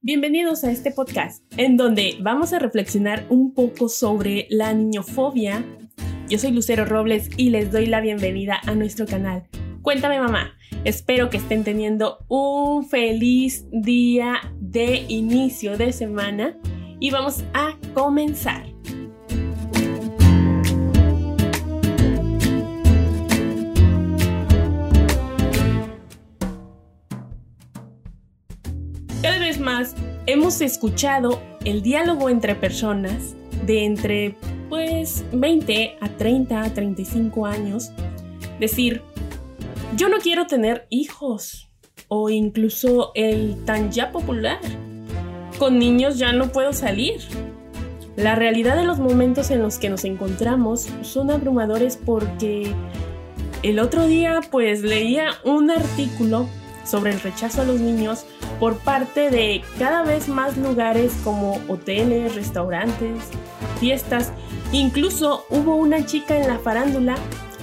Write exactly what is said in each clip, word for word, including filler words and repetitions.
Bienvenidos a este podcast, en donde vamos a reflexionar un poco sobre la niñofobia. Yo soy Lucero Robles y les doy la bienvenida a nuestro canal. Cuéntame, mamá. Espero que estén teniendo un feliz día de inicio de semana y vamos a comenzar. Cada vez más hemos escuchado el diálogo entre personas de entre pues veinte a treinta a treinta y cinco años decir: yo no quiero tener hijos, o incluso el tan ya popular: con niños ya no puedo salir. La realidad de los momentos en los que nos encontramos son abrumadores, porque el otro día pues leía un artículo sobre el rechazo a los niños por parte de cada vez más lugares como hoteles, restaurantes, fiestas. Incluso hubo una chica en la farándula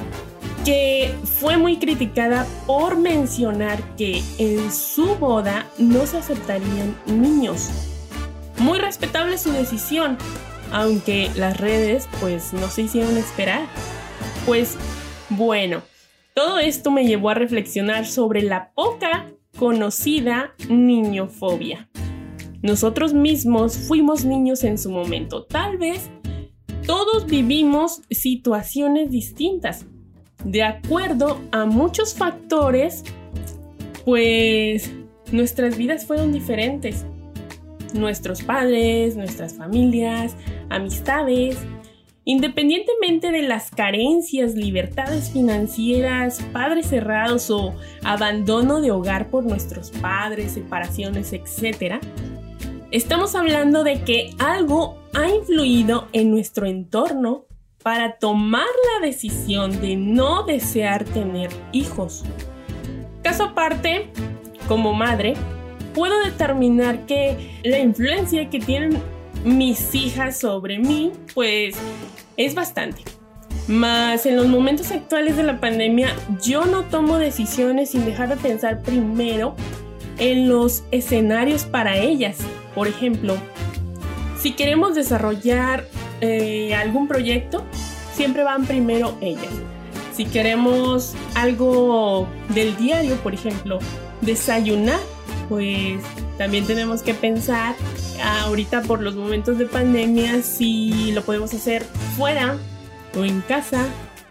que fue muy criticada por mencionar que en su boda no se aceptarían niños. Muy respetable su decisión, aunque las redes pues no se hicieron esperar. Pues bueno, todo esto me llevó a reflexionar sobre la poca conocida niñofobia. Nosotros mismos fuimos niños en su momento. Tal vez todos vivimos situaciones distintas, de acuerdo a muchos factores, pues nuestras vidas fueron diferentes. Nuestros padres, nuestras familias, amistades. Independientemente de las carencias, libertades financieras, padres cerrados o abandono de hogar por nuestros padres, separaciones, etcétera, estamos hablando de que algo ha influido en nuestro entorno para tomar la decisión de no desear tener hijos. Caso aparte, como madre, puedo determinar que la influencia que tienen mis hijas sobre mí, pues es bastante. Mas en los momentos actuales de la pandemia, yo no tomo decisiones sin dejar de pensar primero en los escenarios para ellas. Por ejemplo, si queremos desarrollar eh, algún proyecto, siempre van primero ellas. Si queremos algo del diario, por ejemplo, desayunar, pues también tenemos que pensar ahorita por los momentos de pandemia si lo podemos hacer fuera o en casa.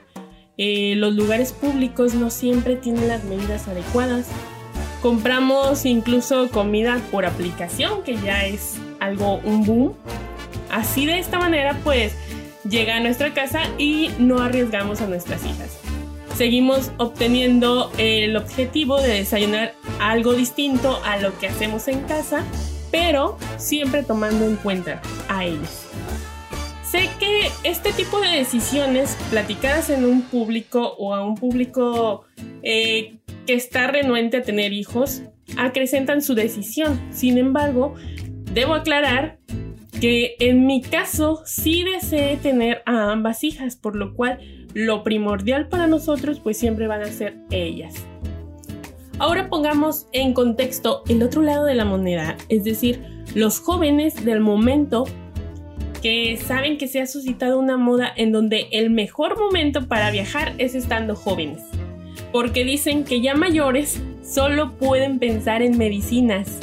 Eh, los lugares públicos no siempre tienen las medidas adecuadas. Compramos incluso comida por aplicación, que ya es algo, un boom. Así, de esta manera pues llega a nuestra casa y no arriesgamos a nuestras hijas. Seguimos obteniendo el objetivo de desayunar algo distinto a lo que hacemos en casa, pero siempre tomando en cuenta a ellos. Sé que este tipo de decisiones platicadas en un público o a un público eh, que está renuente a tener hijos acrecentan su decisión. Sin embargo, debo aclarar que en mi caso sí deseé tener a ambas hijas, por lo cual lo primordial para nosotros pues siempre van a ser ellas. Ahora pongamos en contexto el otro lado de la moneda, es decir, los jóvenes del momento que saben que se ha suscitado una moda en donde el mejor momento para viajar es estando jóvenes, porque dicen que ya mayores solo pueden pensar en medicinas.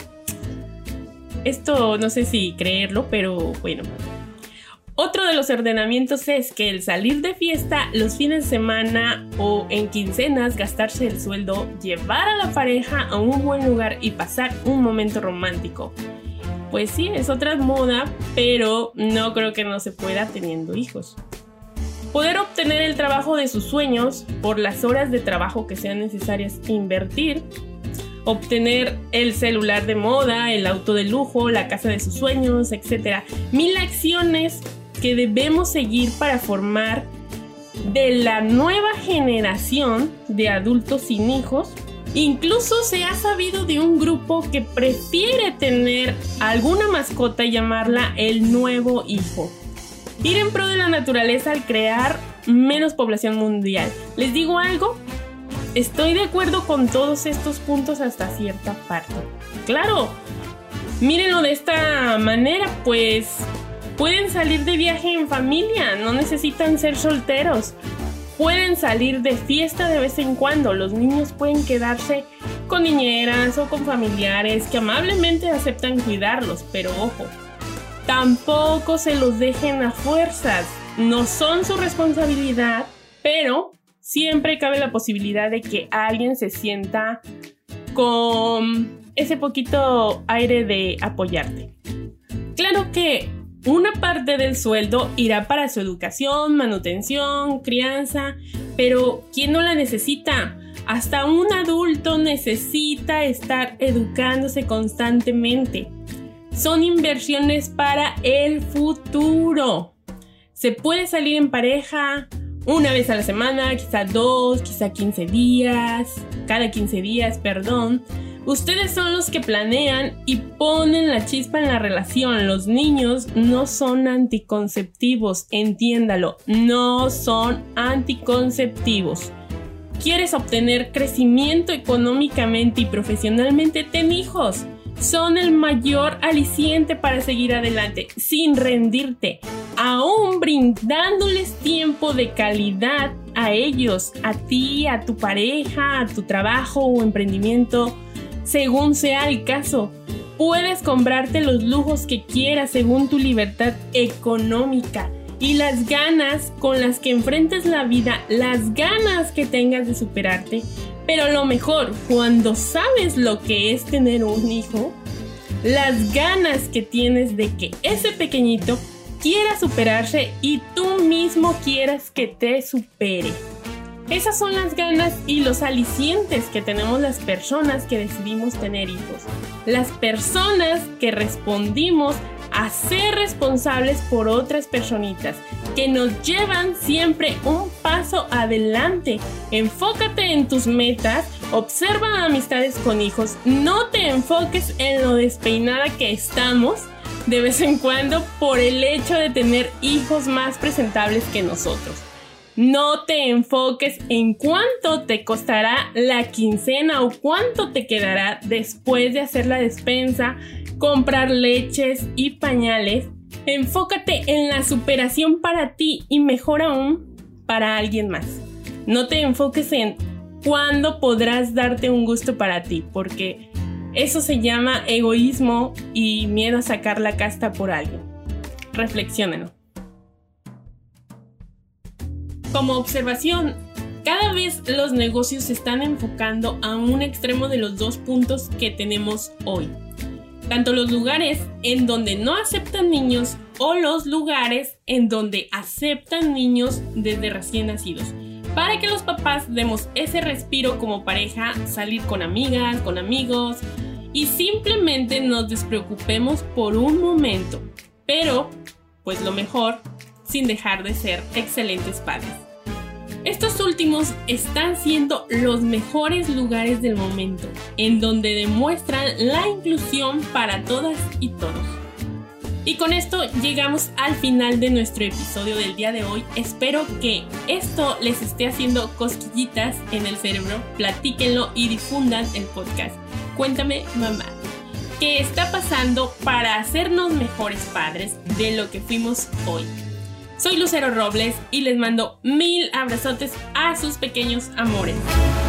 Esto no sé si creerlo, pero bueno. Otro de los ordenamientos es que el salir de fiesta los fines de semana o en quincenas, gastarse el sueldo, llevar a la pareja a un buen lugar y pasar un momento romántico. Pues sí, es otra moda, pero no creo que no se pueda teniendo hijos. Poder obtener el trabajo de sus sueños por las horas de trabajo que sean necesarias invertir. Obtener el celular de moda, el auto de lujo, la casa de sus sueños, etcétera. Mil acciones que debemos seguir para formar de la nueva generación de adultos sin hijos. Incluso se ha sabido de un grupo que prefiere tener alguna mascota y llamarla el nuevo hijo. Ir en pro de la naturaleza al crear menos población mundial. ¿Les digo algo? Estoy de acuerdo con todos estos puntos hasta cierta parte. Claro, Mírenlo de esta manera, pues pueden salir de viaje en familia, no necesitan ser solteros. Pueden salir de fiesta de vez en cuando. Los niños pueden quedarse con niñeras o con familiares que amablemente aceptan cuidarlos, pero ojo, tampoco se los dejen a fuerzas. No son su responsabilidad, pero siempre cabe la posibilidad de que alguien se sienta con ese poquito aire de apoyarte. Claro que una parte del sueldo irá para su educación, manutención, crianza, pero ¿quién no la necesita? Hasta un adulto necesita estar educándose constantemente. Son inversiones para el futuro. Se puede salir en pareja una vez a la semana, quizá dos, quizá quince días, cada quince días, perdón. Ustedes son los que planean y ponen la chispa en la relación. Los niños no son anticonceptivos, entiéndalo, no son anticonceptivos. ¿Quieres obtener crecimiento económicamente y profesionalmente? Ten hijos. Son el mayor aliciente para seguir adelante, sin rendirte, aún brindándoles tiempo de calidad a ellos, a ti, a tu pareja, a tu trabajo o emprendimiento. Según sea el caso, puedes comprarte los lujos que quieras según tu libertad económica y las ganas con las que enfrentes la vida, las ganas que tengas de superarte. Pero lo mejor, cuando sabes lo que es tener un hijo, las ganas que tienes de que ese pequeñito quiera superarse y tú mismo quieras que te supere. Esas son las ganas y los alicientes que tenemos las personas que decidimos tener hijos. Las personas que respondimos a ser responsables por otras personitas, que nos llevan siempre un paso adelante. Enfócate en tus metas, observa amistades con hijos, no te enfoques en lo despeinada que estamos de vez en cuando por el hecho de tener hijos más presentables que nosotros. No te enfoques en cuánto te costará la quincena o cuánto te quedará después de hacer la despensa, comprar leches y pañales. Enfócate en la superación para ti y mejor aún para alguien más. No te enfoques en cuándo podrás darte un gusto para ti, porque eso se llama egoísmo y miedo a sacar la casta por alguien. Reflexiónenlo. Como observación, cada vez los negocios se están enfocando a un extremo de los dos puntos que tenemos hoy. Tanto los lugares en donde no aceptan niños o los lugares en donde aceptan niños desde recién nacidos. Para que los papás demos ese respiro como pareja, salir con amigas, con amigos y simplemente nos despreocupemos por un momento. Pero, pues lo mejor, sin dejar de ser excelentes padres. Estos últimos están siendo los mejores lugares del momento, en donde demuestran la inclusión para todas y todos. Y con esto llegamos al final de nuestro episodio del día de hoy. Espero que esto les esté haciendo cosquillitas en el cerebro. Platíquenlo y difundan el podcast. Cuéntame, mamá, ¿qué está pasando para hacernos mejores padres de lo que fuimos hoy? Soy Lucero Robles y les mando mil abrazotes a sus pequeños amores.